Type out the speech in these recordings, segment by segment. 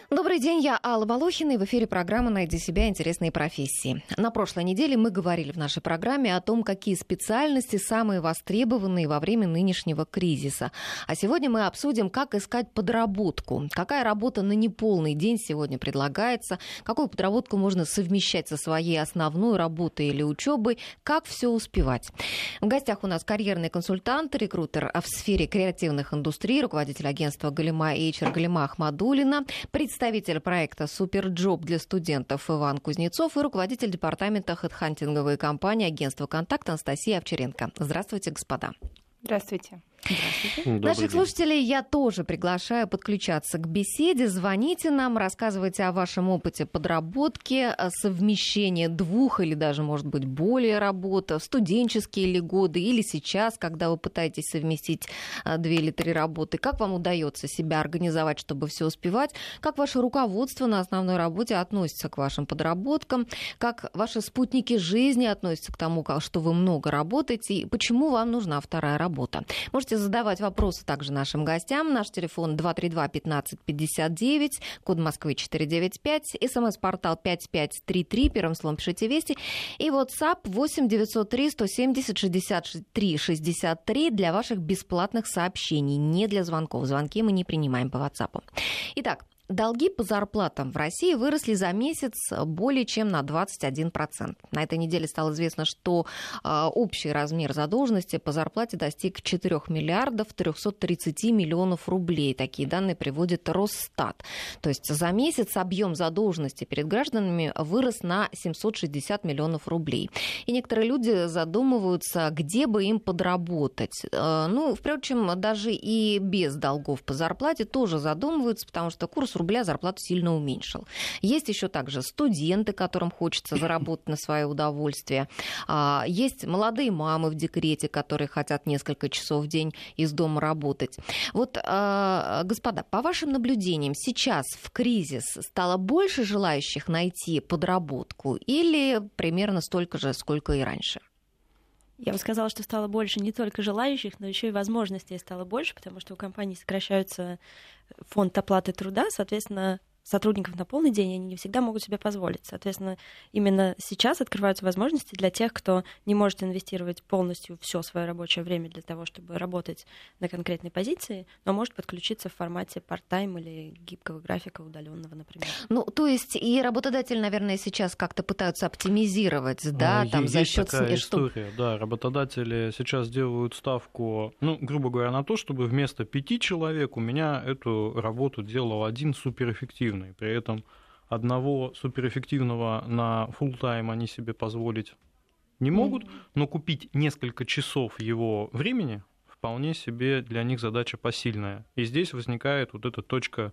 Добрый день, я Алла Волохина, и в эфире программа «Найди себя. Интересные профессии». На прошлой неделе мы говорили в нашей программе о том, какие специальности самые востребованные во время нынешнего кризиса. А сегодня мы обсудим, как искать подработку, какая работа на неполный день сегодня предлагается, какую подработку можно совмещать со своей основной работой или учебой, как все успевать. В гостях у нас карьерный консультант, рекрутер в сфере креативных индустрий, руководитель агентства «Галима» и HR Галима Ахмадуллина, представитель проекта «Суперджоп» для студентов Иван Кузнецов и руководитель департамента хедхантинговой компании агентства «Контакт» Анастасия Овчаренко. Здравствуйте, господа. Здравствуйте. Наших слушателей я тоже приглашаю подключаться к беседе. Звоните нам, рассказывайте о вашем опыте подработки, совмещения двух или даже, может быть, более работ, студенческие ли годы или сейчас, когда вы пытаетесь совместить 2 или 3 работы. Как вам удается себя организовать, чтобы все успевать? Как ваше руководство на основной работе относится к вашим подработкам? Как ваши спутники жизни относятся к тому, что вы много работаете? И почему вам нужна вторая работа? Можете задавать вопросы также нашим гостям. Наш телефон 232-1559, код Москвы 495, смс-портал 5533, первым словом пишите «Вести». И WhatsApp 8-903-170-63-63 для ваших бесплатных сообщений, не для звонков. Звонки мы не принимаем по WhatsApp. Итак, долги по зарплатам в России выросли за месяц более чем на 21%. На этой неделе стало известно, что общий размер задолженности по зарплате достиг 4 миллиардов 330 миллионов рублей. Такие данные приводит Росстат. То есть за месяц объем задолженности перед гражданами вырос на 760 миллионов рублей. И некоторые люди задумываются, где бы им подработать. Впрочем, даже и без долгов по зарплате тоже задумываются, потому что курс рубля зарплату сильно уменьшил. Есть еще также студенты, которым хочется заработать на свое удовольствие. Есть молодые мамы в декрете, которые хотят несколько часов в день из дома работать. Вот, господа, по вашим наблюдениям, сейчас в кризис стало больше желающих найти подработку или примерно столько же, сколько и раньше? Я бы сказала, что стало больше не только желающих, но еще и возможностей стало больше, потому что у компаний сокращаются фонд оплаты труда, соответственно, сотрудников на полный день они не всегда могут себе позволить. Соответственно, именно сейчас открываются возможности для тех, кто не может инвестировать полностью все свое рабочее время для того, чтобы работать на конкретной позиции, но может подключиться в формате part-time или гибкого графика удаленного, например. То есть и работодатели, наверное, сейчас как-то пытаются оптимизировать, да, там за счет история, да, работодатели сейчас делают ставку, грубо говоря, на то, чтобы вместо 5 человек у меня эту работу делал один суперэффективный. При этом одного суперэффективного на фулл-тайм они себе позволить не могут, но купить несколько часов его времени вполне себе для них задача посильная. И здесь возникает вот эта точка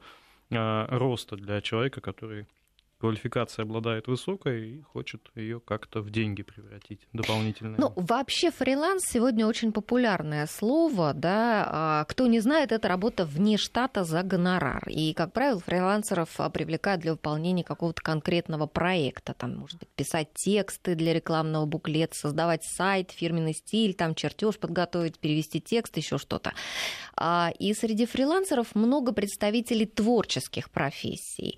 роста для человека, который квалификация обладает высокой и хочет ее как-то в деньги превратить дополнительные. Вообще фриланс сегодня очень популярное слово, да. Кто не знает, это работа вне штата за гонорар. И, как правило, фрилансеров привлекают для выполнения какого-то конкретного проекта. Там, может быть, писать тексты для рекламного буклета, создавать сайт, фирменный стиль, там чертеж подготовить, перевести текст, еще что-то. И среди фрилансеров много представителей творческих профессий.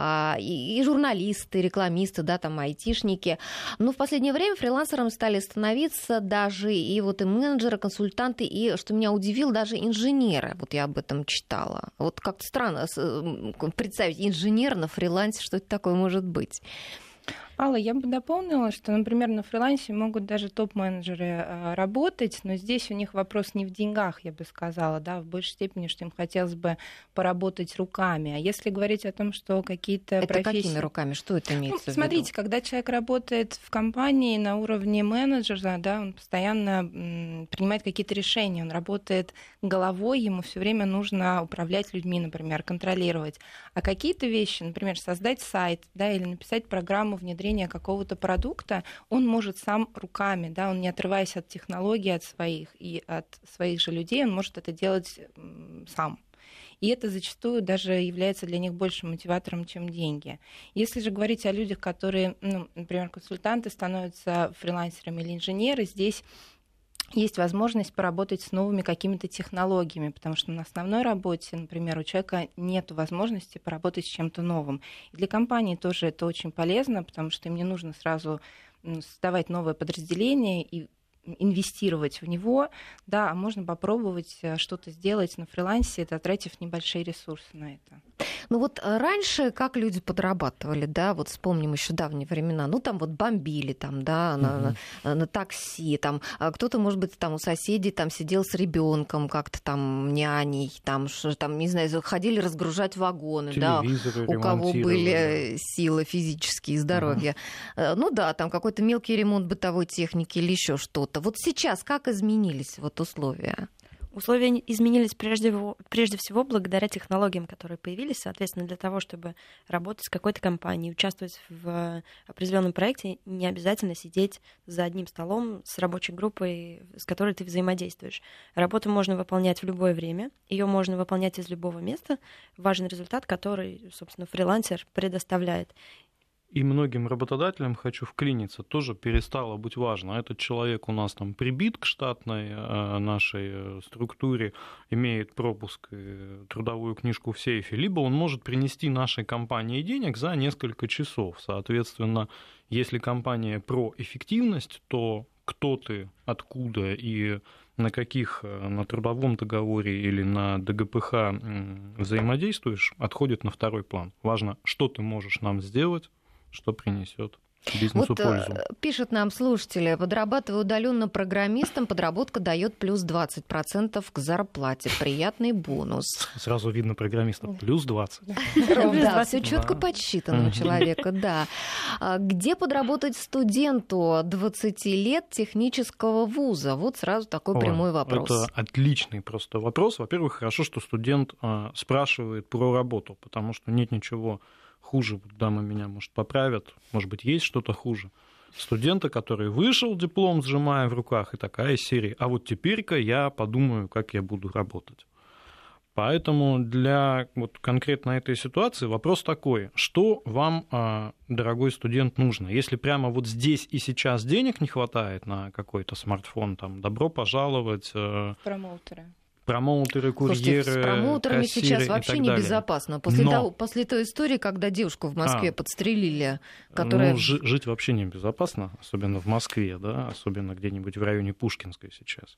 И журналисты, рекламисты, да, там айтишники. Но в последнее время фрилансерами стали становиться даже и менеджеры, консультанты, и, что меня удивило, даже инженеры. Вот я об этом читала. Вот как-то странно представить инженер на фрилансе, что это такое может быть. Алла, я бы дополнила, что, например, на фрилансе могут даже топ-менеджеры работать, но здесь у них вопрос не в деньгах, я бы сказала, да, в большей степени, что им хотелось бы поработать руками. А если говорить о том, что какие-то профессии... Какими руками? Что это имеется в виду? Смотрите, когда человек работает в компании на уровне менеджера, да, он постоянно принимает какие-то решения, он работает головой, ему все время нужно управлять людьми, например, контролировать. А какие-то вещи, например, создать сайт, да, или написать программу внедрения какого-то продукта, он может сам руками, да, он не отрываясь от технологий, от своих же людей, он может это делать сам. И это зачастую даже является для них большим мотиватором, чем деньги. Если же говорить о людях, которые, например, консультанты становятся фрилансерами или инженеры, здесь есть возможность поработать с новыми какими-то технологиями, потому что на основной работе, например, у человека нет возможности поработать с чем-то новым. И для компании тоже это очень полезно, потому что им не нужно сразу создавать новое подразделение и инвестировать в него, да, а можно попробовать что-то сделать на фрилансе, тратив небольшие ресурсы на это. Ну вот раньше как люди подрабатывали, да, вот вспомним еще давние времена, ну там вот бомбили там, да, на такси, там кто-то, может быть, там у соседей там сидел с ребенком как-то там няней, там, не знаю, ходили разгружать вагоны, да, у кого были силы физические и здоровье. Ну да, там какой-то мелкий ремонт бытовой техники или еще что-то. Вот сейчас как изменились вот условия? Условия изменились прежде всего благодаря технологиям, которые появились. Соответственно, для того, чтобы работать с какой-то компанией, участвовать в определенном проекте, не обязательно сидеть за одним столом с рабочей группой, с которой ты взаимодействуешь. Работу можно выполнять в любое время, ее можно выполнять из любого места. Важен результат, который, собственно, фрилансер предоставляет. И многим работодателям, хочу вклиниться, тоже перестало быть важно. Этот человек у нас там прибит к штатной нашей структуре, имеет пропуск и трудовую книжку в сейфе, либо он может принести нашей компании денег за несколько часов. Соответственно, если компания про эффективность, то кто ты, откуда и на каких, на трудовом договоре или на ДГПХ взаимодействуешь, отходит на второй план. Важно, что ты можешь нам сделать, что принесет бизнесу пользу. Пишут нам слушатели, подрабатывая удаленно программистом, подработка дает плюс 20% к зарплате. Приятный бонус. Сразу видно программиста. Плюс 20. Да, все четко подсчитано у человека, да. Где подработать студенту 20 лет технического вуза? Вот сразу такой прямой вопрос. Это отличный просто вопрос. Во-первых, хорошо, что студент спрашивает про работу, потому что нет ничего хуже, дамы меня, может, поправят, может быть, есть что-то хуже. Студента, который вышел, диплом сжимая в руках, и такая серия. А вот теперь-ка я подумаю, как я буду работать. Поэтому для вот конкретно этой ситуации вопрос такой, что вам, дорогой студент, нужно? Если прямо вот здесь и сейчас денег не хватает на какой-то смартфон, там, добро пожаловать. Промоутеры, курьеры, слушайте, с промоутерами сейчас вообще небезопасно. После той истории, когда девушку в Москве подстрелили, которая... Жить вообще небезопасно, особенно в Москве, да, особенно где-нибудь в районе Пушкинской сейчас.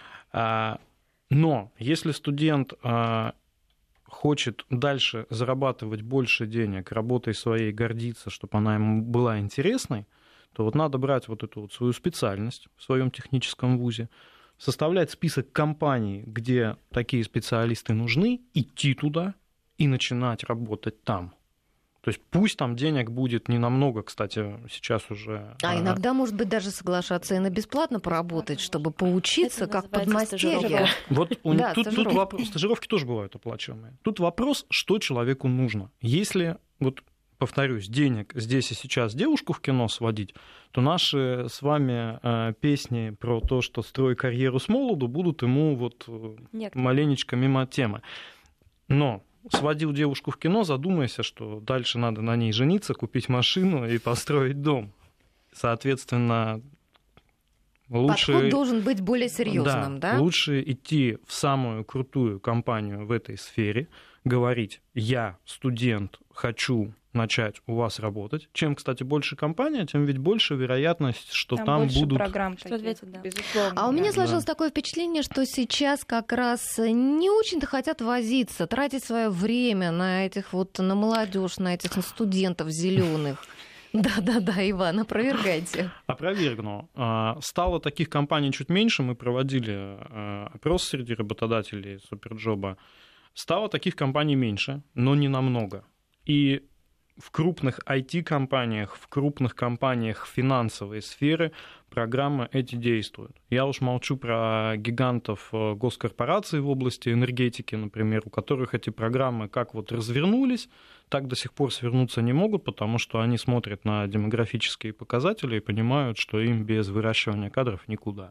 Но если студент хочет дальше зарабатывать больше денег, работой своей гордиться, чтобы она ему была интересной, то вот надо брать вот эту вот свою специальность в своем техническом вузе, составлять список компаний, где такие специалисты нужны, идти туда и начинать работать там. То есть пусть там денег будет не намного, кстати, сейчас уже... А иногда, может быть, даже соглашаться и на бесплатно поработать, чтобы поучиться, как подмастерье. Вот тут вопрос, стажировки тоже бывают оплачиваемые. Тут вопрос, что человеку нужно. Если, вот повторюсь, денег здесь и сейчас девушку в кино сводить, то наши с вами песни про то, что строй карьеру с молоду, будут ему вот маленечко мимо темы. Но сводил девушку в кино, задумайся, что дальше надо на ней жениться, купить машину и построить дом. Соответственно, лучше... Подход должен быть более серьезным, да? Лучше идти в самую крутую компанию в этой сфере, говорить: я студент, хочу начать у вас работать. Чем, кстати, больше компания, тем ведь больше вероятность, что там будут... программ, что ответят, да. Безусловно. А у меня сложилось такое впечатление, что сейчас как раз не очень-то хотят возиться, тратить свое время на этих вот, на молодежь, на этих студентов зеленых. Да, Иван, опровергайте. Опровергну. Стало таких компаний чуть меньше. Мы проводили опрос среди работодателей Суперджоба. Стало таких компаний меньше, но не намного. И в крупных IT-компаниях, в крупных компаниях финансовой сферы программы эти действуют. Я уж молчу про гигантов госкорпораций в области энергетики, например, у которых эти программы как вот развернулись, так до сих пор свернуться не могут, потому что они смотрят на демографические показатели и понимают, что им без выращивания кадров никуда.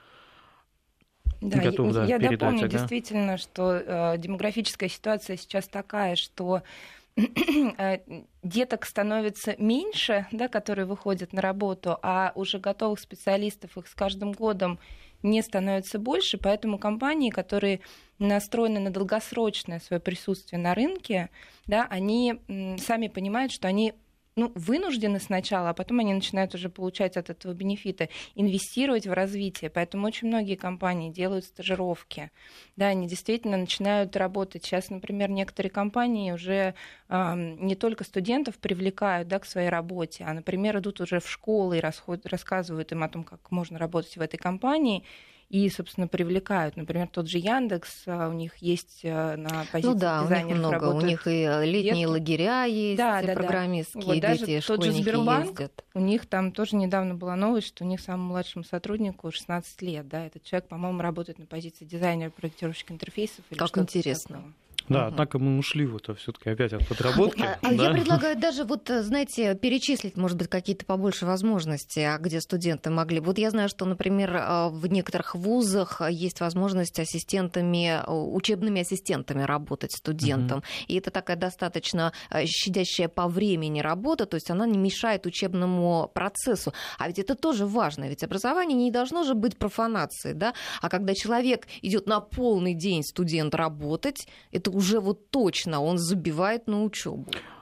Да, я дополню действительно, что демографическая ситуация сейчас такая, что деток становится меньше, да, которые выходят на работу, а уже готовых специалистов их с каждым годом не становится больше, поэтому компании, которые настроены на долгосрочное свое присутствие на рынке, да, они сами понимают, что они вынуждены сначала, а потом они начинают уже получать от этого бенефиты, инвестировать в развитие. Поэтому очень многие компании делают стажировки. Да, они действительно начинают работать. Сейчас, например, некоторые компании уже не только студентов привлекают, да, к своей работе, а, например, идут уже в школы и рассказывают им о том, как можно работать в этой компании. И, собственно, привлекают. Например, тот же Яндекс, у них есть на позиции дизайнеров у них много. работают. У них и летние лагеря есть, программистские, даже дети, тот же школьники Сбербанк, ездят. У них там тоже недавно была новость, что у них самому младшему сотруднику 16 лет. Да, этот человек, по-моему, работает на позиции дизайнера, проектировщика интерфейсов. Или как интересно. такого. Да, однако мы ушли в это все-таки опять от подработки. Я предлагаю даже, знаете, перечислить, может быть, какие-то побольше возможности, где студенты могли. Вот я знаю, что, например, в некоторых вузах есть возможность учебными ассистентами работать студентам. И это такая достаточно щадящая по времени работа, то есть она не мешает учебному процессу. А ведь это тоже важно, ведь образование не должно же быть профанацией, да? А когда человек идет на полный день, студент, работать, это уже точно он забивает на учебу.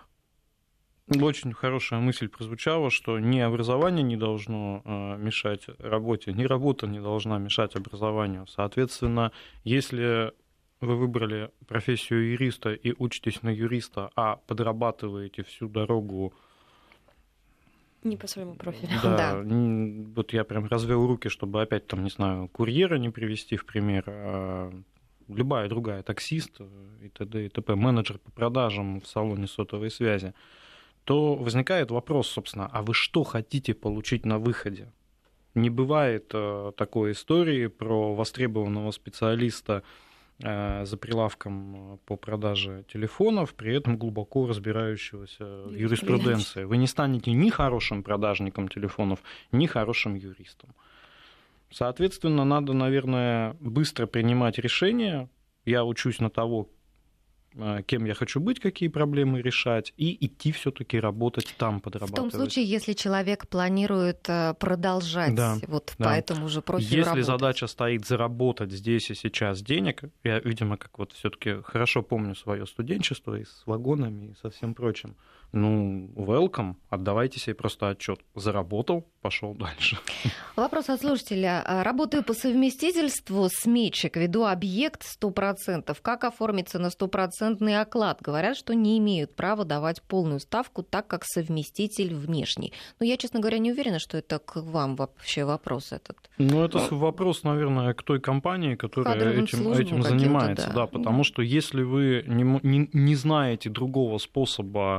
Очень хорошая мысль прозвучала, что ни образование не должно мешать работе, ни работа не должна мешать образованию. Соответственно, если вы выбрали профессию юриста и учитесь на юриста, а подрабатываете всю дорогу не по своему профилю. Да, вот я прям развел руки, чтобы опять там, не знаю, курьера не привести в пример, любая другая, таксист и т.д. и т.п., менеджер по продажам в салоне сотовой связи, то возникает вопрос, собственно, а вы что хотите получить на выходе? Не бывает такой истории про востребованного специалиста за прилавком по продаже телефонов, при этом глубоко разбирающегося в юриспруденции. Вы не станете ни хорошим продажником телефонов, ни хорошим юристом. Соответственно, надо, наверное, быстро принимать решения. Я учусь на того, кем я хочу быть, какие проблемы решать, и идти все-таки работать там, подрабатывать. В том случае, если человек планирует продолжать по этому же профилю Если работать. задача стоит заработать здесь и сейчас денег, я, видимо, как все-таки хорошо помню свое студенчество и с вагонами, и со всем прочим. Welcome, отдавайте себе просто отчет. Заработал, пошел дальше. Вопрос от слушателя. Работаю по совместительству, сметчик, веду объект 100%. Как оформиться на 100% оклад? Говорят, что не имеют права давать полную ставку, так как совместитель внешний. Но я, честно говоря, не уверена, что это к вам вообще вопрос этот. Это вопрос, наверное, к той компании, которая этим занимается. Да, потому что если вы не знаете другого способа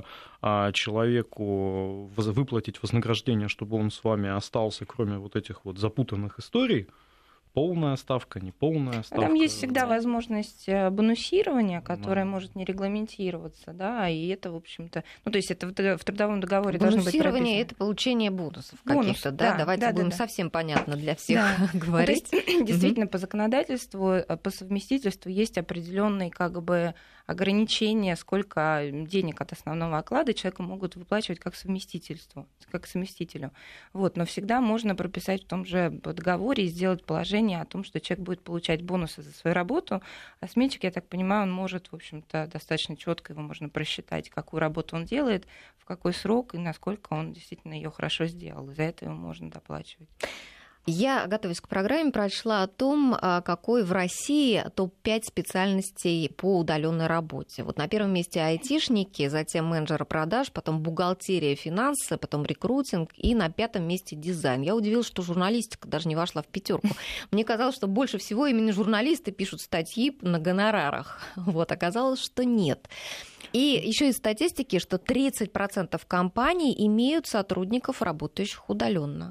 человеку выплатить вознаграждение, чтобы он с вами остался, кроме этих запутанных историй, полная ставка, неполная ставка. Там есть всегда возможность бонусирования, которая может не регламентироваться, да, и это, в общем-то, то есть это в трудовом договоре должно быть прописано. Бонусирование — это получение бонусов каких-то, да? Давайте будем совсем понятно для всех говорить. Действительно, по законодательству, по совместительству есть определенные ограничения, сколько денег от основного оклада человеку могут выплачивать как совместителю. Но всегда можно прописать в том же договоре и сделать положение о том, что человек будет получать бонусы за свою работу, а сметчик, я так понимаю, он может, в общем-то, достаточно четко его можно просчитать, какую работу он делает, в какой срок и насколько он действительно ее хорошо сделал. И за это ему можно доплачивать. Я, готовясь к программе, прочла о том, какой в России топ-5 специальностей по удаленной работе. На первом месте айтишники, затем менеджеры продаж, потом бухгалтерия, финансы, потом рекрутинг и на 5-м месте дизайн. Я удивилась, что журналистика даже не вошла в 5. Мне казалось, что больше всего именно журналисты пишут статьи на гонорарах. Оказалось, что нет. И еще из статистики, что 30% компаний имеют сотрудников, работающих удаленно.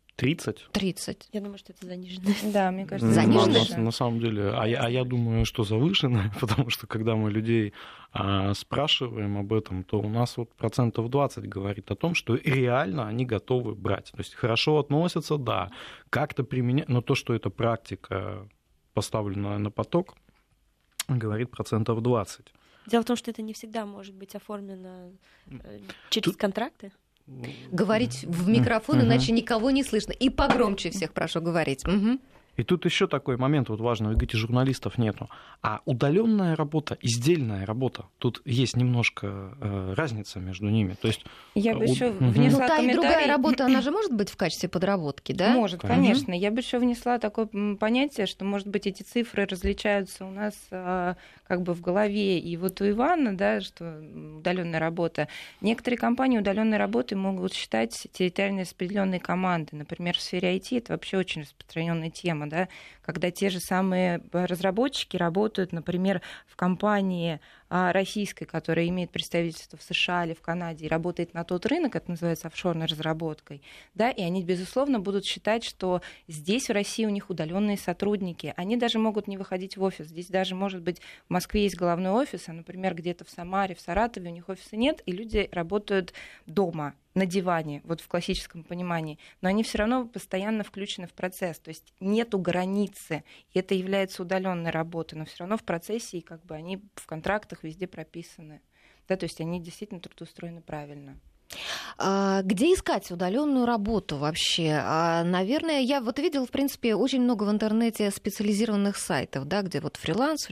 30. Я думаю, что это занижено. Да, мне кажется, занижено. На самом деле, я думаю, что завышено, потому что когда мы людей спрашиваем об этом, то у нас 20% говорит о том, что реально они готовы брать. То есть хорошо относятся, да, как-то применять, но то, что эта практика поставленная на поток, говорит 20%. Дело в том, что это не всегда может быть оформлено через контракты. Говорить в микрофон, иначе никого не слышно. И погромче всех прошу говорить. И тут еще такой момент вот важный. Вы говорите, журналистов нету. А удаленная работа, издельная работа, тут есть немножко разница между ними. То есть, я бы еще внесла та комментарий. и другая работа, она же может быть в качестве подработки, да? Может, конечно. Я бы еще внесла такое понятие, что, может быть, эти цифры различаются у нас как бы в голове. И вот у Ивана, да, что удаленная работа. Некоторые компании удаленной работы могут считать территориально распределенные команды. Например, в сфере IT это вообще очень распространенная тема, да, когда те же самые разработчики работают, например, в компании российской, которая имеет представительство в США или в Канаде и работает на тот рынок, это называется офшорной разработкой, да, и они, безусловно, будут считать, что здесь, в России, у них удаленные сотрудники. Они даже могут не выходить в офис. Здесь даже, может быть, в Москве есть головной офис, а, например, где-то в Самаре, в Саратове у них офиса нет, и люди работают дома, на диване, вот в классическом понимании, но они все равно постоянно включены в процесс, то есть нету границы, и это является удаленной работой, но все равно в процессе, и как бы они в контрактах везде прописаны, да, то есть они действительно трудоустроены правильно. Где искать удаленную работу вообще? Наверное, я вот видела, в принципе, очень много в интернете специализированных сайтов, да, где вот фриланс.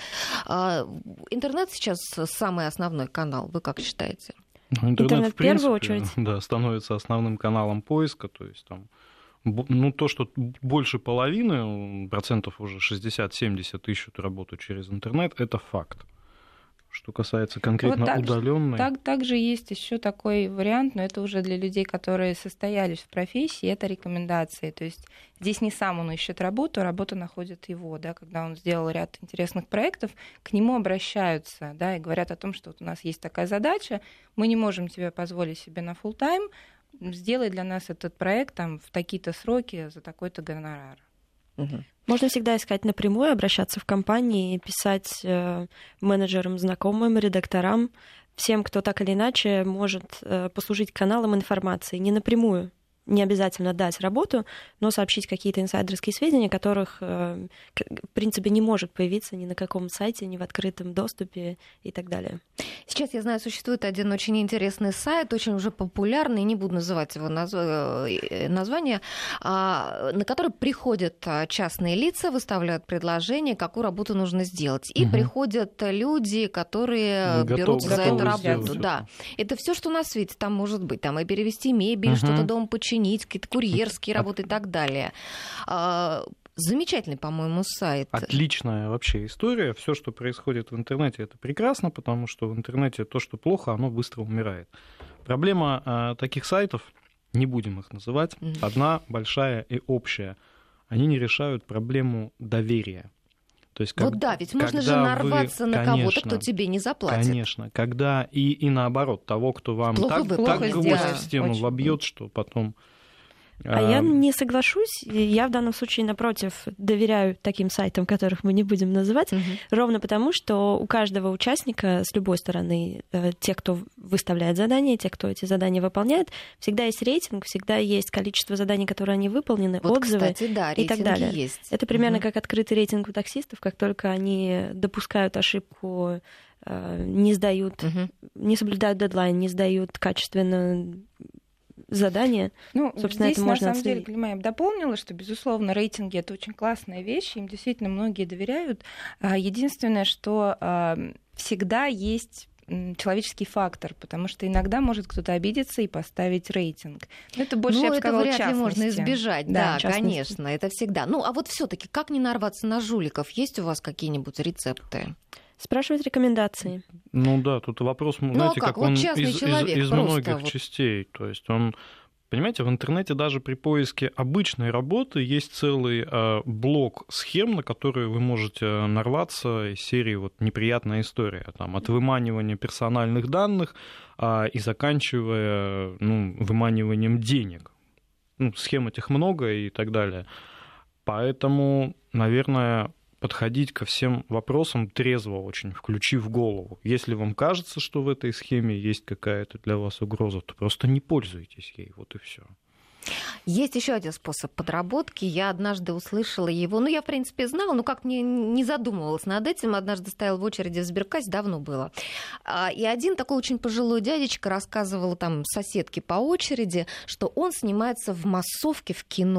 Интернет сейчас самый основной канал, вы как считаете? Ну, интернет, в первую принципе, очередь. Да, становится основным каналом поиска, то есть там, ну, то, что больше половины, процентов уже 60-70 ищут работу через интернет, это факт. Что касается конкретно вот удаленной. Также есть еще такой вариант, но это уже для людей, которые состоялись в профессии, это рекомендации. То есть здесь не сам он ищет работу, а работа находит его. Да, когда он сделал ряд интересных проектов, к нему обращаются, да, и говорят о том, что вот у нас есть такая задача, мы не можем тебе позволить себе на фулл-тайм, сделай для нас этот проект там, в такие-то сроки за такой-то гонорар. Можно всегда искать напрямую, обращаться в компании, писать менеджерам, знакомым, редакторам, всем, кто так или иначе может послужить каналом информации, не напрямую. Не обязательно дать работу, но сообщить какие-то инсайдерские сведения, которых, в принципе, не может появиться ни на каком сайте, ни в открытом доступе и так далее. Сейчас, я знаю, существует один очень интересный сайт, очень уже популярный, не буду называть его название, на который приходят частные лица, выставляют предложение, какую работу нужно сделать. И приходят люди, которые берутся за эту работу. Да. Это все, что на свете там может быть. Там и перевести мебель, что-то дома починить, какие-то курьерские работы и так далее. Замечательный, по-моему, сайт. Отличная вообще история. Все, что происходит в интернете, это прекрасно, потому что в интернете то, что плохо, оно быстро умирает. Проблема таких сайтов, не будем их называть, одна большая и общая. Они не решают проблему доверия. То есть, вот да, ведь можно же нарваться на кого-то, кто тебе не заплатит. Конечно, когда и наоборот, того, кто вам так гвоздь в стену вобьет, что потом... А я не соглашусь. Я в данном случае, напротив, доверяю таким сайтам, которых мы не будем называть, ровно потому, что у каждого участника с любой стороны, те, кто выставляет задания, те, кто эти задания выполняет, всегда есть рейтинг, всегда есть количество заданий, которые они выполнены, вот, отзывы, кстати, да, и так далее. Есть. Это примерно как открытый рейтинг у таксистов, как только они допускают ошибку, не сдают, не соблюдают дедлайн, не сдают качественно задания. Ну, собственно, здесь, это можно на самом отследить. деле, я бы дополнила, что, безусловно, рейтинги — это очень классная вещь, им действительно многие доверяют. Единственное, что всегда есть человеческий фактор, потому что иногда может кто-то обидеться и поставить рейтинг. Но это больше, я бы сказала, вряд ли можно частности. избежать, да, конечно, это всегда. Ну, а вот все-таки как не нарваться на жуликов? Есть у вас какие-нибудь рецепты? Спрашивать рекомендации. Ну да, тут вопрос, знаете, как вот он из многих частей. То есть он, понимаете, в интернете даже при поиске обычной работы есть целый блок схем, на которые вы можете нарваться из серии вот неприятная история, там, от выманивания персональных данных и заканчивая выманиванием денег. Схем этих много и так далее. Поэтому, наверное, подходить ко всем вопросам трезво очень, включив голову. Если вам кажется, что в этой схеме есть какая-то для вас угроза, то просто не пользуйтесь ей, вот и все. Есть еще один способ подработки. Я однажды услышала его. Я, в принципе, знала, но как не задумывалась над этим. Однажды стояла в очереди в сберкассе, давно было. И один такой очень пожилой дядечка рассказывал там соседке по очереди, что он снимается в массовке в кино.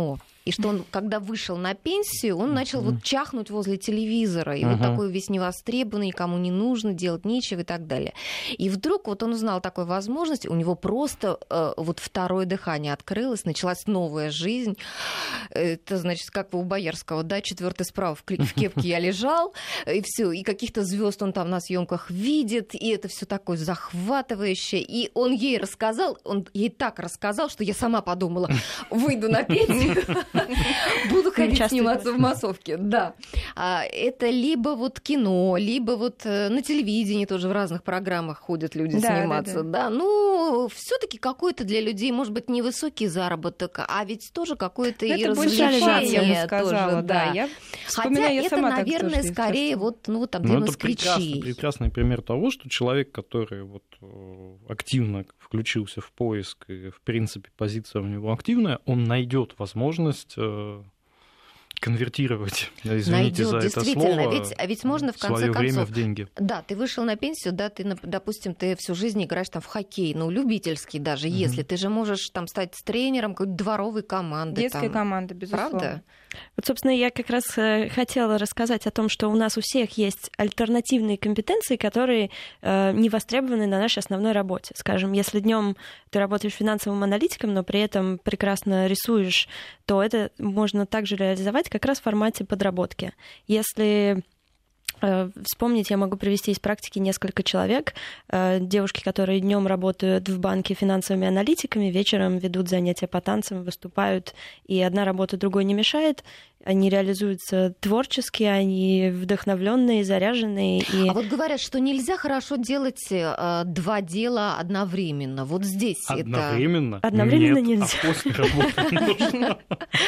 И что он, когда вышел на пенсию, он начал вот чахнуть возле телевизора. И вот такой весь невостребованный, никому не нужно, делать нечего и так далее. И вдруг вот он узнал такую возможность, у него просто вот второе дыхание открылось, началась новая жизнь. Это, значит, как у Боярского, да, 4-й справа в кепке я лежал, и все, и каких-то звезд он там на съемках видит, и это все такое захватывающее. И он ей рассказал, он ей так рассказал, что я сама подумала, выйду на пенсию, буду ходить сниматься в массовке. Да. Это либо вот кино, либо вот на телевидении тоже в разных программах ходят люди сниматься. Да. Ну, все-таки какой-то для людей, может быть, невысокий заработок, а ведь тоже какое-то и развлечение. Я бы сказала, тоже, да. Я хотя это, наверное, скорее вот, ну, там, для москвичей. Это прекрасный пример того, что человек, который вот активно включился в поиск, и, в принципе, позиция у него активная, он найдет возможность конвертировать, извините за это слово, ведь можно в конце концов время в деньги. Да, ты вышел на пенсию, да, ты, допустим, ты всю жизнь играешь там в хоккей, ну, любительский даже, если ты же можешь там стать тренером какой-то дворовой команды. Детской команды, безусловно. Правда? Вот, собственно, я как раз хотела рассказать о том, что у нас у всех есть альтернативные компетенции, которые не востребованы на нашей основной работе. Скажем, если днем ты работаешь финансовым аналитиком, но при этом прекрасно рисуешь, то это можно также реализовать как раз в формате подработки. Если вспомнить, я могу привести из практики несколько человек. Девушки, которые днем работают в банке финансовыми аналитиками, вечером ведут занятия по танцам, выступают, и одна работа другой не мешает. Они реализуются творчески, они вдохновленные, заряженные. А вот говорят, что нельзя хорошо делать два дела одновременно. Вот здесь одновременно? это... Одновременно нельзя. А после работы нужно.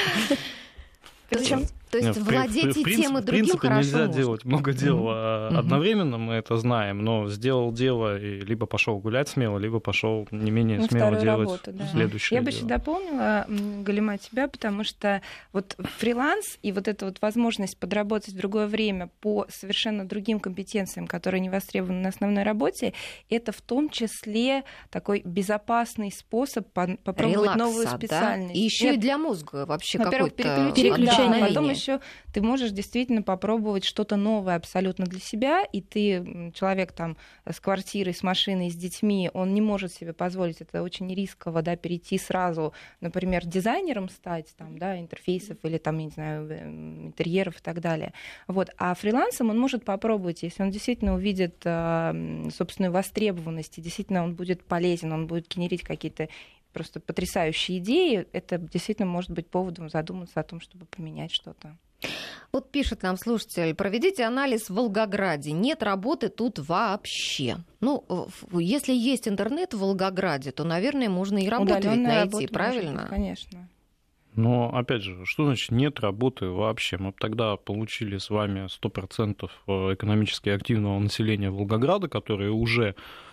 Зачем? То есть владеть и тем, и другим хорошо нельзя можно. делать много дел одновременно, мы это знаем, но сделал дело и либо пошел гулять смело, либо пошел не менее смело делать работу, да. следующее Я дело. бы еще дополнила, Галима, тебя, потому что вот фриланс и вот эта вот возможность подработать в другое время по совершенно другим компетенциям, которые не востребованы на основной работе, это в том числе такой безопасный способ попробовать релакса, новую специальность. Да? И еще и для мозга вообще во-первых, какое-то переключение. Да, потом еще ты можешь действительно попробовать что-то новое абсолютно для себя, и ты, человек там с квартирой, с машиной, с детьми, он не может себе позволить, это очень рисково, да, перейти сразу, например, дизайнером стать, там, да, интерфейсов или там, я не знаю, интерьеров и так далее. Вот. А фрилансом он может попробовать, если он действительно увидит собственную востребованность, и действительно он будет полезен, он будет генерить какие-то просто потрясающие идеи, это действительно может быть поводом задуматься о том, чтобы поменять что-то. Вот пишет нам слушатель, проведите анализ в Волгограде. Нет работы тут вообще. Ну, если есть интернет в Волгограде, то, наверное, можно и работу ведь найти, правильно? Быть, конечно. Но, опять же, что значит нет работы вообще? Мы тогда получили с вами 100% экономически активного населения Волгограда, которые уже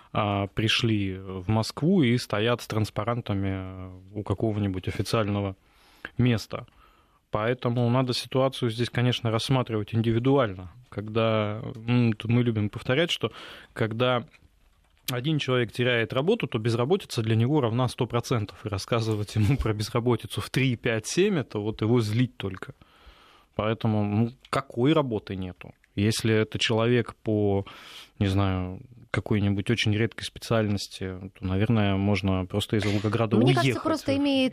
пришли в Москву и стоят с транспарантами у какого-нибудь официального места. Поэтому надо ситуацию здесь, конечно, рассматривать индивидуально. Когда мы любим повторять, что когда один человек теряет работу, то безработица для него равна 100%. И рассказывать ему про безработицу в 3, 5, 7, это вот его злить только. Поэтому какой работы нету? Если это человек по, не знаю, какой-нибудь очень редкой специальности, то, наверное, можно просто из Волгограда уехать. Мне кажется, просто имеет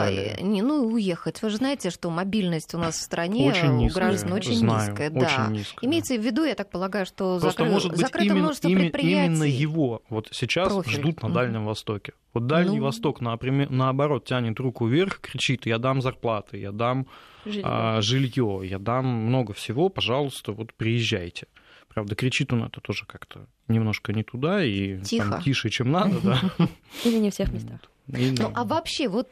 уехать. Вы же знаете, что мобильность у нас в стране у граждан очень низкая. Да. Имеется в виду, я так полагаю, что закрыто множество предприятий. Именно его вот сейчас ждут на Дальнем Востоке. Вот Дальний Восток, наоборот, тянет руку вверх, кричит: я дам зарплаты, я дам жилье, я дам много всего, пожалуйста, вот приезжайте. Правда, кричит он это тоже как-то немножко не туда и там, тише, чем надо, да. Или не в всех местах. Ну, а вообще, вот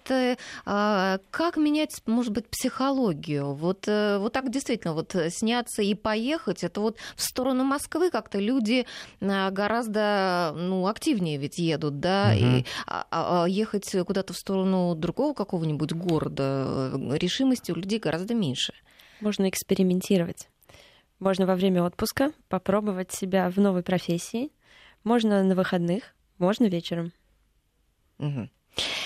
как менять, может быть, психологию? Вот так действительно, вот сняться и поехать, это вот в сторону Москвы как-то люди гораздо активнее ведь едут, да, и ехать куда-то в сторону другого какого-нибудь города, решимости у людей гораздо меньше. Можно экспериментировать. Можно во время отпуска попробовать себя в новой профессии. Можно на выходных, можно вечером. Угу.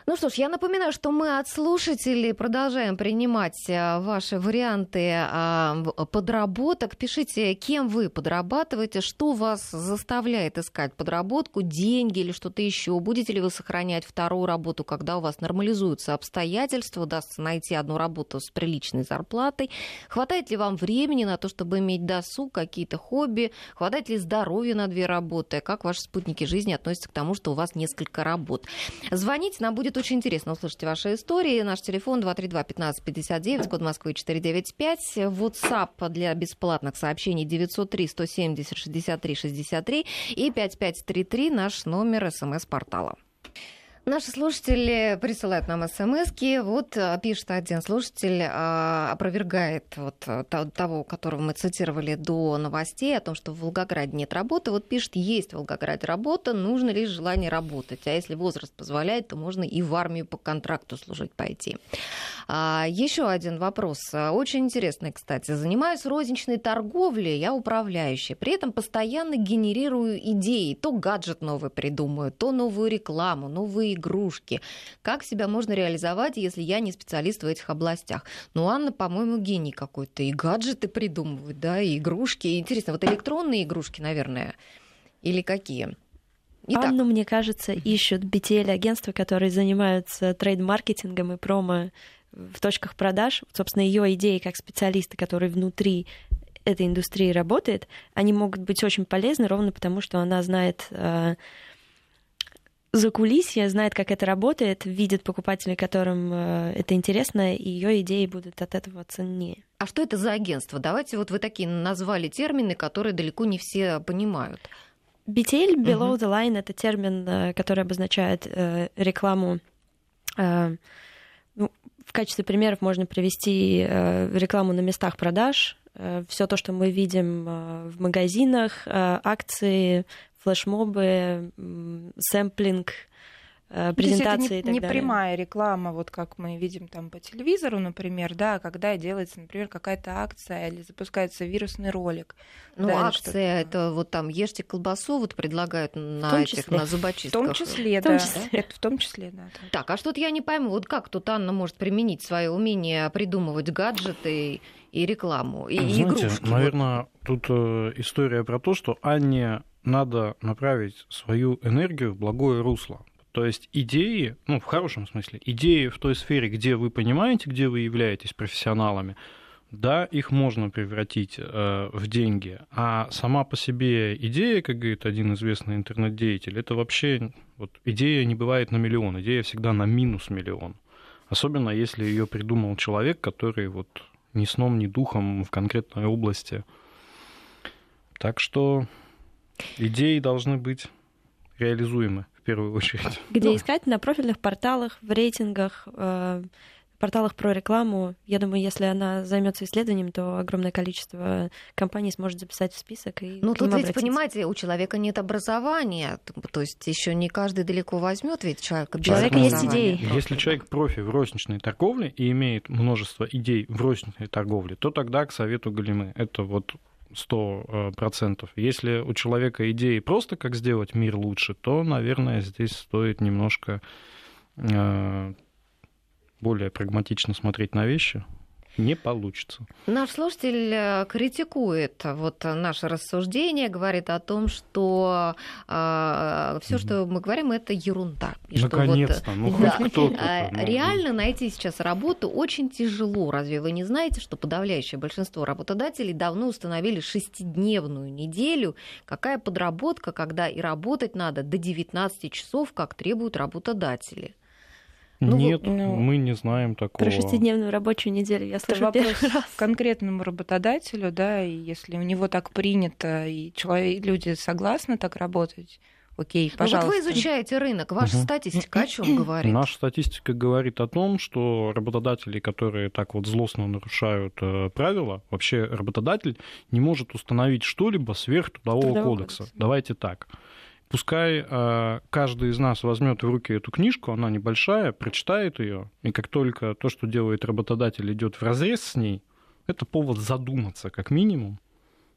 Ну что ж, я напоминаю, что мы от слушателей продолжаем принимать ваши варианты подработок. Пишите, кем вы подрабатываете, что вас заставляет искать подработку, деньги или что-то еще. Будете ли вы сохранять вторую работу, когда у вас нормализуются обстоятельства, удастся найти одну работу с приличной зарплатой? Хватает ли вам времени на то, чтобы иметь досуг, какие-то хобби? Хватает ли здоровья на 2 работы? Как ваши спутники жизни относятся к тому, что у вас несколько работ? Звоните, нам будет очень интересно услышать ваши истории. Наш телефон 232-1559, код Москвы 495. WhatsApp для бесплатных сообщений 903-170-63-63 и 5533 наш номер СМС-портала. Наши слушатели присылают нам смски. Вот пишет один слушатель, опровергает вот того, которого мы цитировали до новостей, о том, что в Волгограде нет работы. Вот пишет, есть в Волгограде работа, нужно лишь желание работать. А если возраст позволяет, то можно и в армию по контракту служить пойти. Еще один вопрос. Очень интересный, кстати. Занимаюсь розничной торговлей, я управляющая. При этом постоянно генерирую идеи. То гаджет новый придумаю, то новую рекламу, новые игрушки. Как себя можно реализовать, если я не специалист в этих областях? Ну, Анна, по-моему, гений какой-то. И гаджеты придумывает, да, и игрушки. Интересно, вот электронные игрушки, наверное, или какие? Итак. Анну, мне кажется, ищут BTL-агентства, которые занимаются трейд-маркетингом и промо в точках продаж. Собственно, ее идеи как специалиста, который внутри этой индустрии работает, они могут быть очень полезны ровно потому, что она знает закулисье, знает, как это работает, видит покупателей, которым это интересно, и ее идеи будут от этого ценнее. А что это за агентство? Давайте, вот вы такие назвали термины, которые далеко не все понимают. BTL, Below the Line, это термин, который обозначает рекламу. В качестве примеров можно привести рекламу на местах продаж, все то, что мы видим в магазинах, акции, флешмобы, сэмплинг, презентации и так далее. Не прямая реклама, вот как мы видим там по телевизору, например, да, когда делается, например, какая-то акция или запускается вирусный ролик. Ну, да, акция, это вот там ешьте колбасу, вот предлагают на этих, на зубочистках. В том числе, да. Это в том числе, да. Так, а что-то я не пойму, вот как тут Анна может применить свое умение придумывать гаджеты и рекламу, и знаете, игрушки? наверное, тут история про то, что Анне надо направить свою энергию в благое русло. То есть идеи, ну, в хорошем смысле, идеи в той сфере, где вы понимаете, где вы являетесь профессионалами, да, их можно превратить в деньги. А сама по себе идея, как говорит один известный интернет-деятель, это вообще, вот, идея не бывает на миллион, идея всегда на минус миллион. Особенно если ее придумал человек, который вот ни сном, ни духом в конкретной области. Так что идеи должны быть реализуемы в первую очередь. Где искать? На профильных порталах, в рейтингах, порталах про рекламу. Я думаю, если она займется исследованием, то огромное количество компаний сможет записать в список и ну, к ним тут ведь, обратиться. понимаете, у человека нет образования, то есть еще не каждый далеко возьмет, ведь человека без человека есть образования. идеи. Если человек профи в розничной торговле и имеет множество идей в розничной торговле, то тогда к совету галимы. Это вот 100%. Если у человека идеи просто как сделать мир лучше, то, наверное, здесь стоит немножко более прагматично смотреть на вещи. Не получится. Наш слушатель критикует вот наше рассуждение, говорит о том, что все, что мы говорим, это ерунда. И наконец-то, что вот, хоть кто-то. Реально найти сейчас работу очень тяжело. Разве вы не знаете, что подавляющее большинство работодателей давно установили 6-дневную неделю? Какая подработка, когда и работать надо до 19 часов, как требуют работодатели? Нет, мы не знаем такого. Про 6-дневную рабочую неделю я слышу вопрос первый раз. Конкретному работодателю, да, и если у него так принято, и люди согласны так работать, окей, пожалуйста. Вот вы изучаете рынок, ваша статистика о чем говорит? Наша статистика говорит о том, что работодатели, которые так вот злостно нарушают правила, вообще работодатель не может установить что-либо сверх Трудового кодекса. Давайте так. Пускай каждый из нас возьмет в руки эту книжку, она небольшая, прочитает ее, и как только то, что делает работодатель, идет вразрез с ней, это повод задуматься, как минимум,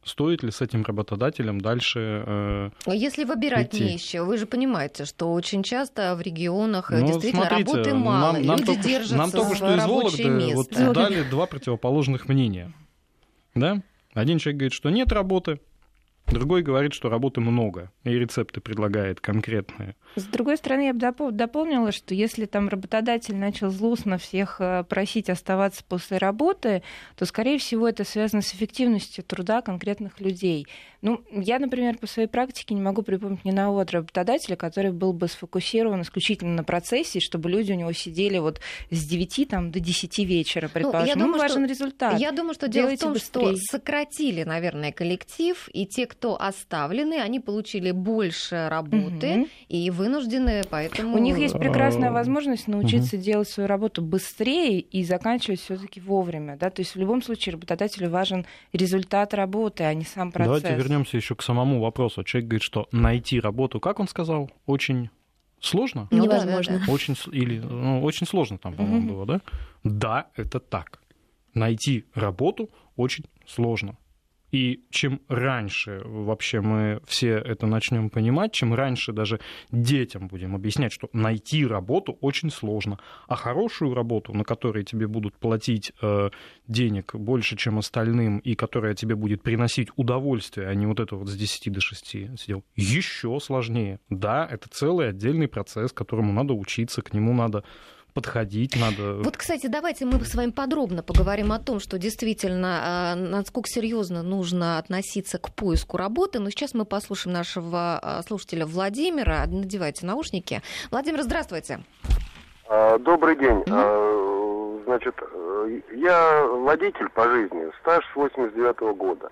стоит ли с этим работодателем дальше Если выбирать идти. нечего, вы же понимаете, что очень часто в регионах Ну, действительно смотрите, работы мало, люди держатся нам только что за из рабочее Вологды вот место. дали два противоположных мнения. Да? Один человек говорит, что нет работы, другой говорит, что работы много, и рецепты предлагает конкретные. С другой стороны, я бы дополнила, что если там работодатель начал злостно всех просить оставаться после работы, то, скорее всего, это связано с эффективностью труда конкретных людей. Ну, я, например, по своей практике не могу припомнить ни одного работодателя, который был бы сфокусирован исключительно на процессе, чтобы люди у него сидели вот с 9 до 10 вечера, предположим. Я думаю, важен результат. Я думаю, что дело в том, быстрее. что сократили, наверное, коллектив, и те, кто оставлены, они получили больше работы и вынуждены, поэтому... У них есть прекрасная возможность научиться делать свою работу быстрее и заканчивать все-таки вовремя. Да? То есть в любом случае работодателю важен результат работы, а не сам процесс. Давайте вернемся еще к самому вопросу. Человек говорит, что найти работу, как он сказал, очень сложно? Невозможно. Очень сложно там, по-моему, было, да? Да, это так. Найти работу очень сложно. И чем раньше вообще мы все это начнем понимать, чем раньше даже детям будем объяснять, что найти работу очень сложно, а хорошую работу, на которой тебе будут платить денег больше, чем остальным, и которая тебе будет приносить удовольствие, а не вот это вот с 10 до 6 сидел, еще сложнее. Да, это целый отдельный процесс, которому надо учиться, к нему надо подходить надо. Вот, кстати, давайте мы с вами подробно поговорим о том, что действительно, насколько серьезно нужно относиться к поиску работы. Но сейчас мы послушаем нашего слушателя Владимира. Надевайте наушники. Владимир, здравствуйте. Добрый день. Значит, я водитель по жизни, стаж с 89-го года.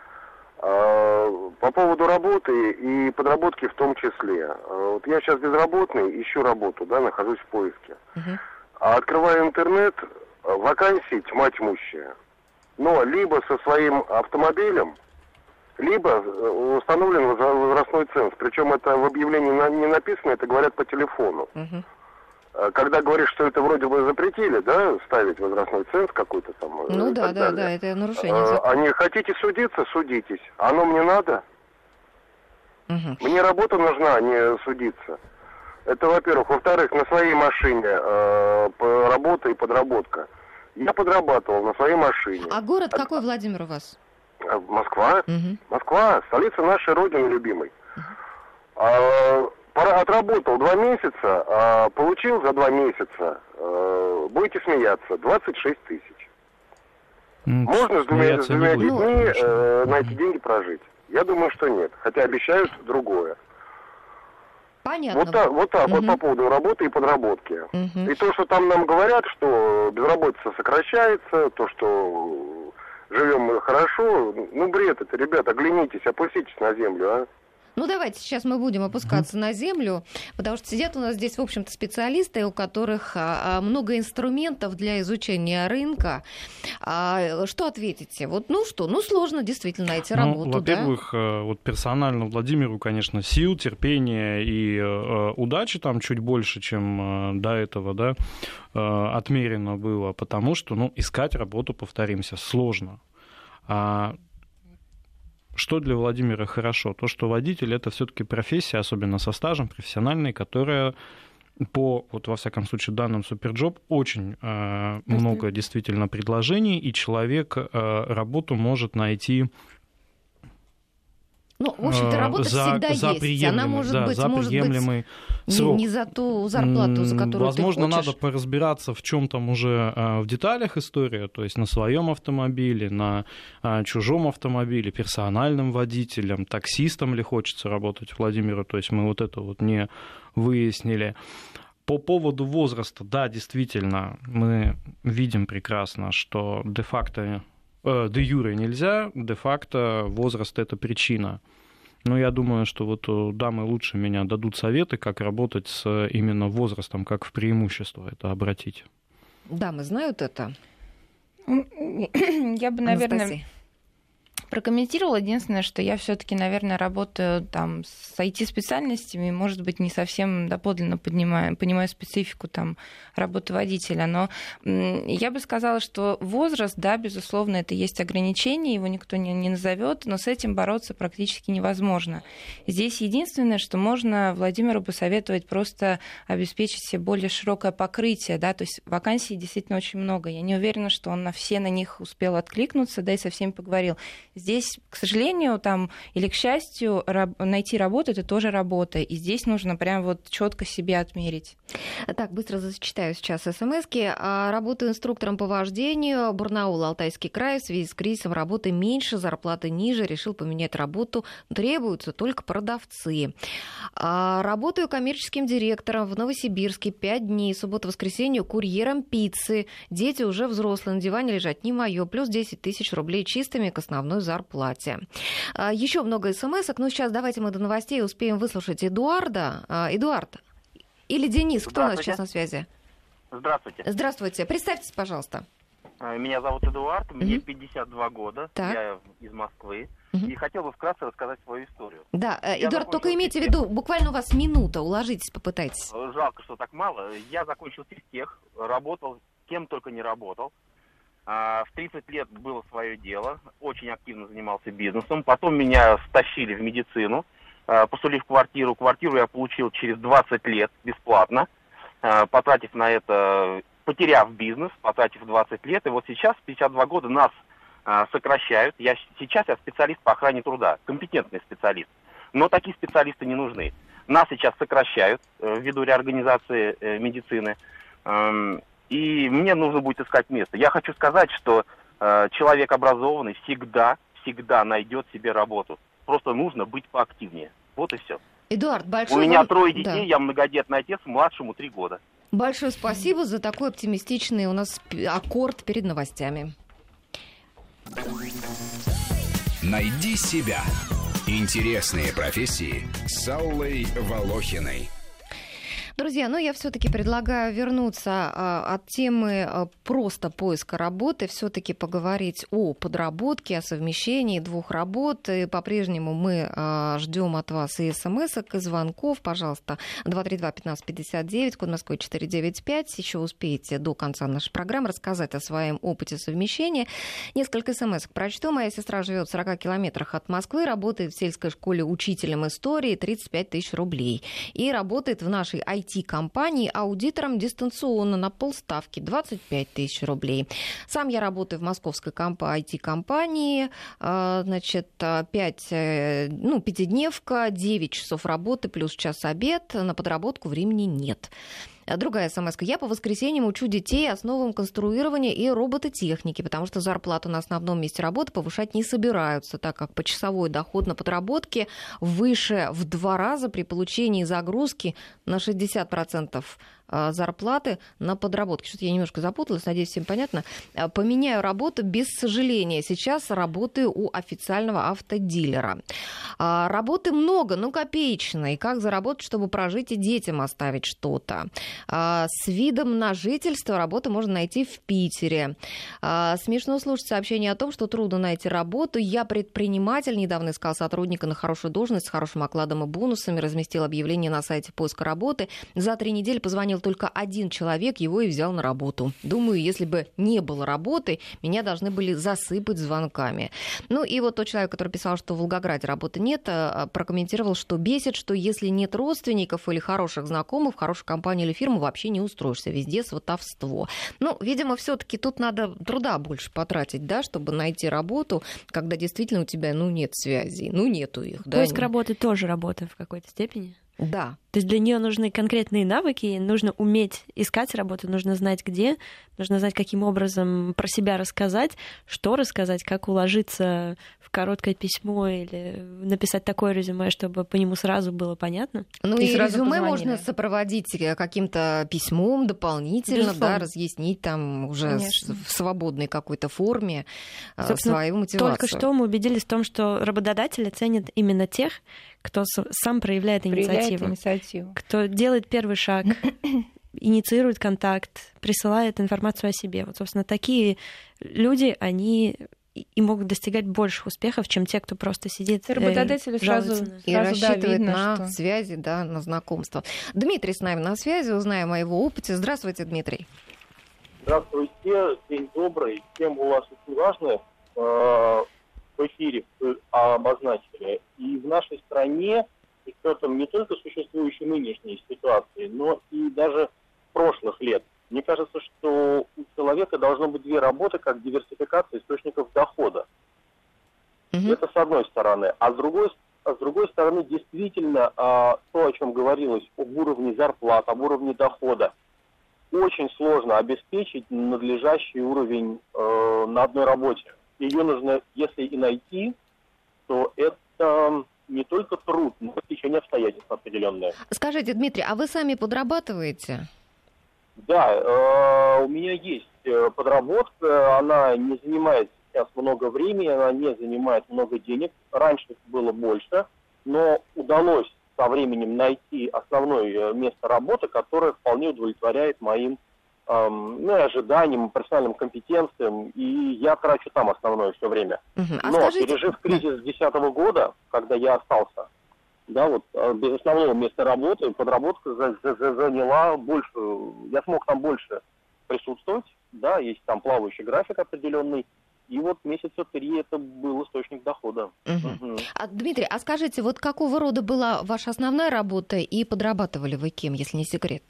По поводу работы и подработки в том числе. Вот я сейчас безработный, ищу работу, да, нахожусь в поиске. А открываю интернет, вакансий тьма тьмущая. Но либо со своим автомобилем, либо установлен возрастной ценз. Причем это в объявлении не написано, это говорят по телефону. Когда говоришь, что это вроде бы запретили, да, ставить возрастной ценз какой-то там. Ну да, это нарушение закона. Они хотите судиться, судитесь. Оно мне надо? Мне работа нужна, а не судиться. Это, во-первых. Во-вторых, на своей машине работа и подработка. Я подрабатывал на своей машине. А город какой, Владимир, у вас? Москва. Москва, столица нашей Родины любимой. Отработал 2 месяца, получил за 2 месяца, будете смеяться, 26 тысяч. Можно с двумя детьми на эти деньги прожить? Я думаю, что нет. Хотя обещают другое. Понятно. Вот так вот по поводу работы и подработки. И то, что там нам говорят, что безработица сокращается, то, что живем мы хорошо, бред это, ребята, оглянитесь, опуститесь на землю, а. Ну, давайте сейчас мы будем опускаться на землю, потому что сидят у нас здесь, в общем-то, специалисты, у которых много инструментов для изучения рынка. Что ответите? Сложно действительно найти работу, во-первых, вот персонально Владимиру, конечно, сил, терпения и удачи там чуть больше, чем до этого, да, отмерено было, потому что, искать работу, повторимся, сложно. Что для Владимира хорошо? То, что водитель — это все-таки профессия, особенно со стажем, профессиональной, которая во всяком случае, данным Суперджоп очень много действительно предложений, и человек работу может найти. В общем-то, работа всегда есть. Она может быть не за ту зарплату, за которую возможно, ты хочешь. Надо поразбираться, в чем там уже в деталях история, то есть на своем автомобиле, на чужом автомобиле, персональным водителем, таксистом ли хочется работать Владимиру, то есть мы вот это вот не выяснили. По поводу возраста, да, действительно, мы видим прекрасно, что де-факто де юре нельзя, де-факто возраст — это причина. Но я думаю, что вот дамы лучше меня дадут советы, как работать с именно возрастом, как в преимущество это обратить. Дамы знают это? Я бы, наверное, прокомментировала. Единственное, что я все-таки, наверное, работаю там с IT-специальностями, может быть, не совсем доподлинно понимаю специфику там работы водителя, но я бы сказала, что возраст, да, безусловно, это есть ограничение, его никто не назовет, но с этим бороться практически невозможно. Здесь единственное, что можно Владимиру посоветовать, просто обеспечить себе более широкое покрытие, да, то есть вакансий действительно очень много. Я не уверена, что он на них успел откликнуться, да, и со всеми поговорил. Здесь, к сожалению, там, или к счастью, найти работу — это тоже работа. И здесь нужно прям вот четко себе отмерить. Так, быстро зачитаю сейчас смски. Работаю инструктором по вождению. Барнаул, Алтайский край. В связи с кризисом работы меньше, зарплаты ниже. Решил поменять работу. Требуются только продавцы. Работаю коммерческим директором в Новосибирске 5 дней. Суббота-воскресенье курьером пиццы. Дети уже взрослые, на диване лежать не мое. Плюс 10 тысяч рублей чистыми к основной зарплате. Еще много смс-ок, но сейчас давайте мы до новостей успеем выслушать Эдуарда. Эдуард или Денис, кто у нас сейчас на связи? Здравствуйте. Здравствуйте. Представьтесь, пожалуйста. Меня зовут Эдуард, мне 52 года, так. Я из Москвы, и хотел бы вкратце рассказать свою историю. Да, Эдуард, только имейте в виду, буквально у вас минута, уложитесь, попытайтесь. Жалко, что так мало. Я закончил физтех, работал, кем только не работал. В 30 лет было свое дело, очень активно занимался бизнесом. Потом меня стащили в медицину, посулив квартиру. Квартиру я получил через 20 лет бесплатно, потратив на это, потеряв бизнес, потратив 20 лет. И вот сейчас, в 52 года, нас сокращают. Сейчас я специалист по охране труда, компетентный специалист. Но такие специалисты не нужны. Нас сейчас сокращают ввиду реорганизации медицины. И мне нужно будет искать место. Я хочу сказать, что человек образованный всегда найдет себе работу. Просто нужно быть поактивнее. Вот и все. Эдуард, большое... У меня 3 детей, да. Я многодетный отец, младшему 3 года. Большое спасибо за такой оптимистичный у нас аккорд перед новостями. Найди себя. Интересные профессии с Аллой Волохиной. Друзья, я все-таки предлагаю вернуться от темы просто поиска работы, все-таки поговорить о подработке, о совмещении 2 работ. И по-прежнему мы ждем от вас и смс-ок, и звонков. Пожалуйста, 232-1559, код Москвы 495. Еще успеете до конца нашей программы рассказать о своем опыте совмещения. Несколько смс-ок прочту. Моя сестра живет в 40 километрах от Москвы, работает в сельской школе учителем истории, 35 тысяч рублей. И работает в нашей IT-компании аудитором дистанционно на полставки, 25 тысяч рублей. Сам я работаю в московской IT-компании, 5-дневка, 9 часов работы плюс час обед, на подработку времени нет. Другая смс-ка. Я по воскресеньям учу детей основам конструирования и робототехники, потому что зарплату на основном месте работы повышать не собираются, так как почасовой доход на подработке выше в 2 раза при получении загрузки на 60% зарплаты на подработке. Что-то я немножко запуталась, надеюсь, всем понятно. Поменяю работу без сожаления. Сейчас работаю у официального автодилера. Работы много, но копеечной. Как заработать, чтобы прожить и детям оставить что-то? С видом на жительство работу можно найти в Питере. Смешно слушать сообщение о том, что трудно найти работу. Я предприниматель. Недавно искал сотрудника на хорошую должность с хорошим окладом и бонусами. Разместил объявление на сайте поиска работы. За 3 недели позвонил только 1 человек, его и взял на работу. Думаю, если бы не было работы, меня должны были засыпать звонками. И вот тот человек, который писал, что в Волгограде работы нет, прокомментировал, что бесит, что если нет родственников или хороших знакомых, в хорошей компании или фирму вообще не устроишься. Везде сватовство. Видимо, все-таки тут надо труда больше потратить, да, чтобы найти работу, когда действительно у тебя, нет связей, нету их. Поиск работы тоже работа в какой-то степени. Да. То есть для нее нужны конкретные навыки, нужно уметь искать работу, нужно знать где, нужно знать, каким образом про себя рассказать, что рассказать, как уложиться в короткое письмо или написать такое резюме, чтобы по нему сразу было понятно. И резюме можно сопроводить каким-то письмом дополнительно, да, разъяснить там уже в свободной какой-то форме свою мотивацию. Только что мы убедились в том, что работодатели ценят именно тех, кто сам проявляет инициативу, кто делает первый шаг, инициирует контакт, присылает информацию о себе. Вот, собственно, такие люди, они и могут достигать больших успехов, чем те, кто просто сидит работодателю сразу и рассчитывает на связи, да, на знакомство. Дмитрий с нами на связи, узнаем о его опыте. Здравствуйте, Дмитрий. Здравствуйте, день добрый. Тема у вас очень важная. В эфире обозначили. И в нашей стране, с учетом не только существующей нынешней ситуации, но и даже прошлых лет, мне кажется, что у человека должно быть две работы, как диверсификация источников дохода. Это с одной стороны. А с другой стороны, действительно, то, о чем говорилось, об уровне зарплат, об уровне дохода, очень сложно обеспечить надлежащий уровень на одной работе. Ее нужно, если и найти, то это не только труд, но и течение обстоятельств определенное. Скажите, Дмитрий, а вы сами подрабатываете? Да, у меня есть подработка, она не занимает сейчас много времени, она не занимает много денег. Раньше было больше, но удалось со временем найти основное место работы, которое вполне удовлетворяет моим ожиданиям, профессиональным компетенциям, и я трачу там основное все время. Но пережив кризис 2010 года, когда я остался, без основного места работы, подработка заняла больше, я смог там больше присутствовать, есть там плавающий график определенный. И вот месяца 3 это был источник дохода. Дмитрий, а скажите, вот какого рода была ваша основная работа и подрабатывали вы кем, если не секрет?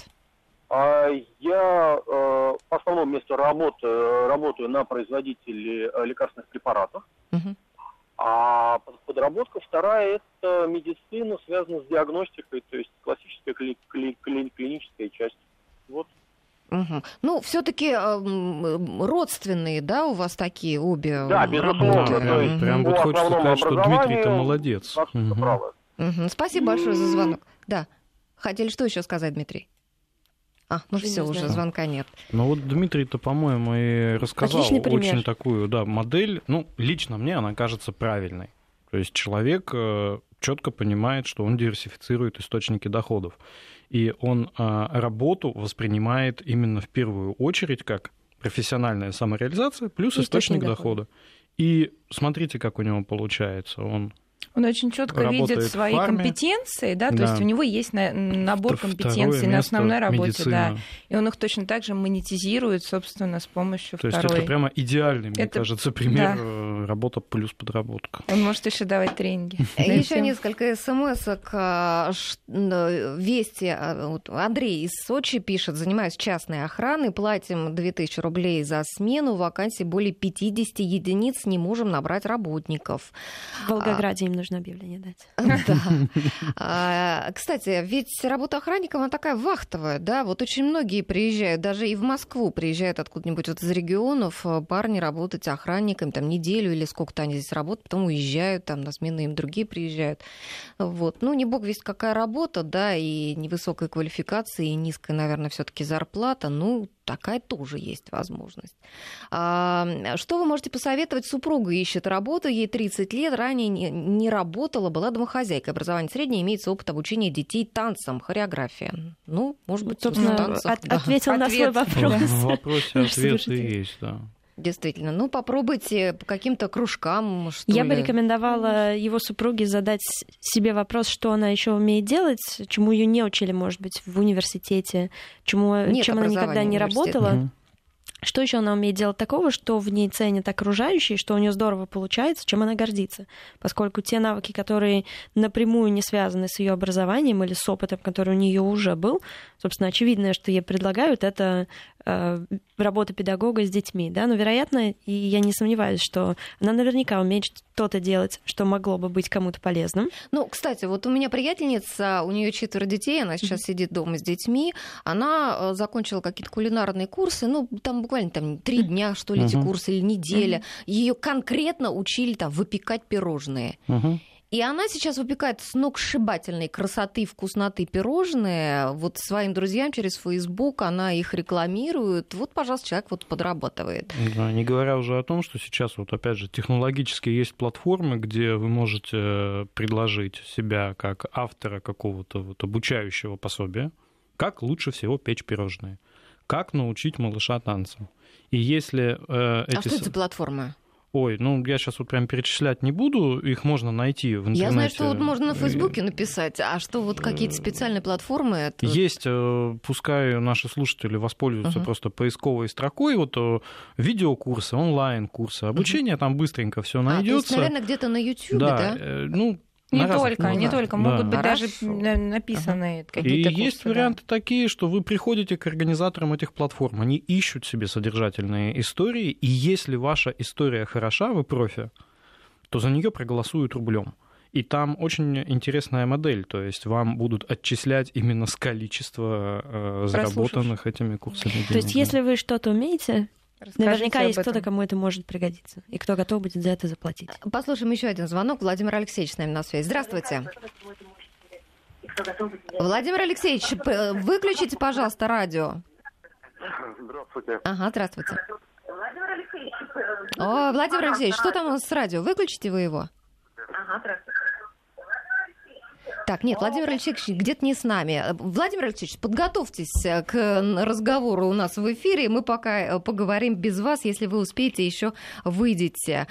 Я по основному месту работы работаю на производителе лекарственных препаратов. А подработка вторая – это медицина, связанная с диагностикой, то есть классическая клиническая часть. Вот. Ну, все-таки родственные, да, у вас такие обе? Да, безусловно. То есть, прям вот хочется сказать, что Дмитрий-то молодец. Спасибо большое за звонок. Да. Хотели что еще сказать, Дмитрий? Все, уже звонка нет. Ну вот Дмитрий-то, по-моему, и рассказал очень такую, модель. Лично мне она кажется правильной. То есть человек четко понимает, что он диверсифицирует источники доходов. И он работу воспринимает именно в первую очередь как профессиональная самореализация плюс источник дохода. И смотрите, как у него получается. Он очень четко видит свои компетенции, то есть у него есть набор компетенций на основной работе, и он их точно так же монетизирует, собственно, с помощью второй. То есть это прямо идеальный, мне кажется, пример работа плюс подработка. Он может еще давать тренинги. Еще несколько смс-ок. Вести. Андрей из Сочи пишет: занимаюсь частной охраной, платим 2000 рублей за смену, вакансий более 50 единиц, не можем набрать работников. В Волгограде им нужно объявление дать. Да. Кстати, ведь работа охранником, она такая вахтовая, вот очень многие приезжают, даже и в Москву приезжают откуда-нибудь из регионов, парни работать охранниками, неделю или сколько-то они здесь работают, потом уезжают, на смены им другие приезжают. Не бог весть какая работа, и невысокая квалификация, и низкая, наверное, все-таки зарплата, такая тоже есть возможность. Что вы можете посоветовать? Супруга ищет работу, ей 30 лет, ранее не работала, была домохозяйкой. Образование среднее, имеется опыт обучения детей танцам, хореография. Может быть, собственно, в танцах. Ответил на свой вопрос. В вопросе ответ и есть, да. Действительно. Попробуйте по каким-то кружкам, что Я бы рекомендовала его супруге задать себе вопрос, что она еще умеет делать, чему ее не учили, может быть, в университете, чем она никогда не работала. Что еще она умеет делать такого, что в ней ценят окружающие, что у нее здорово получается, чем она гордится? Поскольку те навыки, которые напрямую не связаны с ее образованием или с опытом, который у нее уже был, собственно, очевидное, что ей предлагают, это работа педагога с детьми, но, вероятно, и я не сомневаюсь, что она наверняка умеет что-то делать, что могло бы быть кому-то полезным. Кстати, вот у меня приятельница, у нее 4 детей, она сейчас сидит дома с детьми, она закончила какие-то кулинарные курсы, там буквально 3 дня, что ли, эти курсы, или неделя. Ее конкретно учили выпекать пирожные. И она сейчас выпекает сногсшибательной красоты, вкусноты пирожные. Своим друзьям через Facebook она их рекламирует. Пожалуйста, человек подрабатывает. Да, не говоря уже о том, что сейчас, опять же, технологически есть платформы, где вы можете предложить себя как автора какого-то обучающего пособия, как лучше всего печь пирожные, как научить малыша танцам. И если что это за платформа? Ой, ну я сейчас вот прям перечислять не буду, их можно найти в интернете. Я знаю, что вот можно на Фейсбуке написать, а что вот какие-то специальные платформы? Есть, пускай наши слушатели воспользуются просто поисковой строкой, вот видеокурсы, онлайн-курсы, обучение там быстренько все найдется. То есть, наверное, где-то на YouTube, да? Не только, могут быть даже написаны какие-то курсы. И есть варианты такие, что вы приходите к организаторам этих платформ, они ищут себе содержательные истории, и если ваша история хороша, вы профи, то за нее проголосуют рублем. И там очень интересная модель, то есть вам будут отчислять именно с количества заработанных этими курсами денег. То есть если вы что-то умеете... Наверняка есть кто-то, кому это может пригодиться, и кто готов будет за это заплатить. Послушаем еще один звонок. Владимир Алексеевич с нами на связи. Здравствуйте. Владимир Алексеевич, выключите, пожалуйста, радио. Здравствуйте. Ага, здравствуйте. О, Владимир Алексеевич, что там у вас с радио? Выключите вы его? Ага, здравствуйте. Так, нет, Владимир Алексеевич где-то не с нами. Владимир Алексеевич, подготовьтесь к разговору у нас в эфире. Мы пока поговорим без вас, если вы успеете, еще выйдете.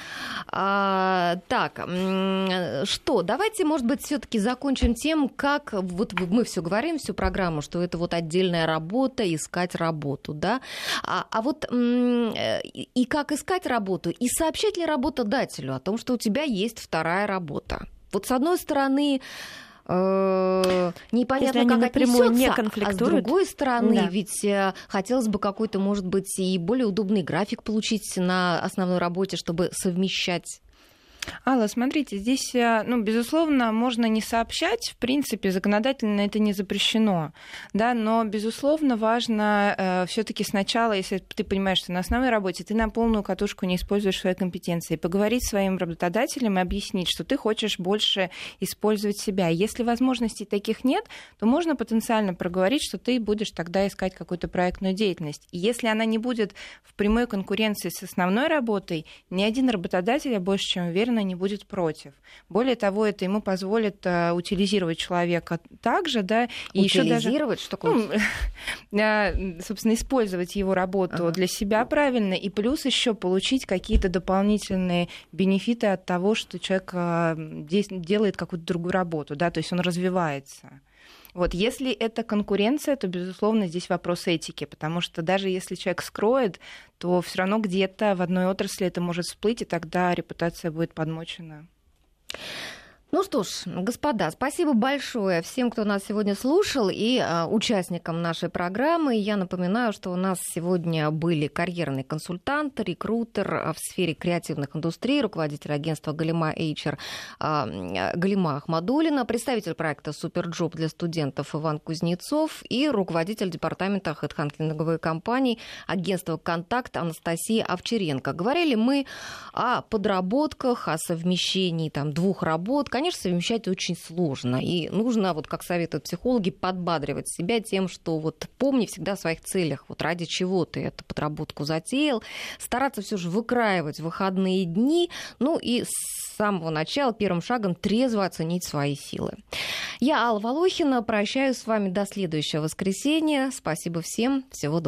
Так, что? Давайте, может быть, все-таки закончим тем, как вот мы все говорим, всю программу, что это вот отдельная работа, искать работу, да? А вот и как искать работу, и сообщать ли работодателю о том, что у тебя есть вторая работа? Вот с одной стороны... непонятно, как напрямую не отнесётся, конфликтуют. А с другой стороны, да. ведь хотелось бы какой-то, может быть, и более удобный график получить на основной работе, чтобы совмещать. Алла, смотрите, здесь, безусловно, можно не сообщать, в принципе, законодательно это не запрещено, да, но, безусловно, важно все-таки сначала, если ты понимаешь, что на основной работе ты на полную катушку не используешь свои компетенции, поговорить с своим работодателем и объяснить, что ты хочешь больше использовать себя. Если возможностей таких нет, то можно потенциально проговорить, что ты будешь тогда искать какую-то проектную деятельность. И если она не будет в прямой конкуренции с основной работой, ни один работодатель, я больше чем уверена, не будет против. Более того, это ему позволит утилизировать человека также, да, и еще даже... Утилизировать? Что такое? Собственно, использовать его работу для себя правильно, и плюс еще получить какие-то дополнительные бенефиты от того, что человек делает какую-то другую работу, да, то есть он развивается. Вот, если это конкуренция, то, безусловно, здесь вопрос этики, потому что даже если человек скроет, то все равно где-то в одной отрасли это может всплыть, и тогда репутация будет подмочена. Ну что ж, господа, спасибо большое всем, кто нас сегодня слушал, и участникам нашей программы. Я напоминаю, что у нас сегодня были карьерный консультант, рекрутер в сфере креативных индустрий, руководитель агентства «Галима HR» Галима Ахмадуллина, представитель проекта «Суперджоп» для студентов Иван Кузнецов и руководитель департамента хедхантинговой компании агентства «Контакт» Анастасия Овчаренко. Говорили мы о подработках, о совмещении двух работ. Конечно, совмещать очень сложно, и нужно, вот как советуют психологи, подбадривать себя тем, что вот помни всегда о своих целях, вот ради чего ты эту подработку затеял, стараться все же выкраивать выходные дни, ну и с самого начала первым шагом трезво оценить свои силы. Я, Алла Волохина, прощаюсь с вами до следующего воскресенья. Спасибо всем, всего доброго.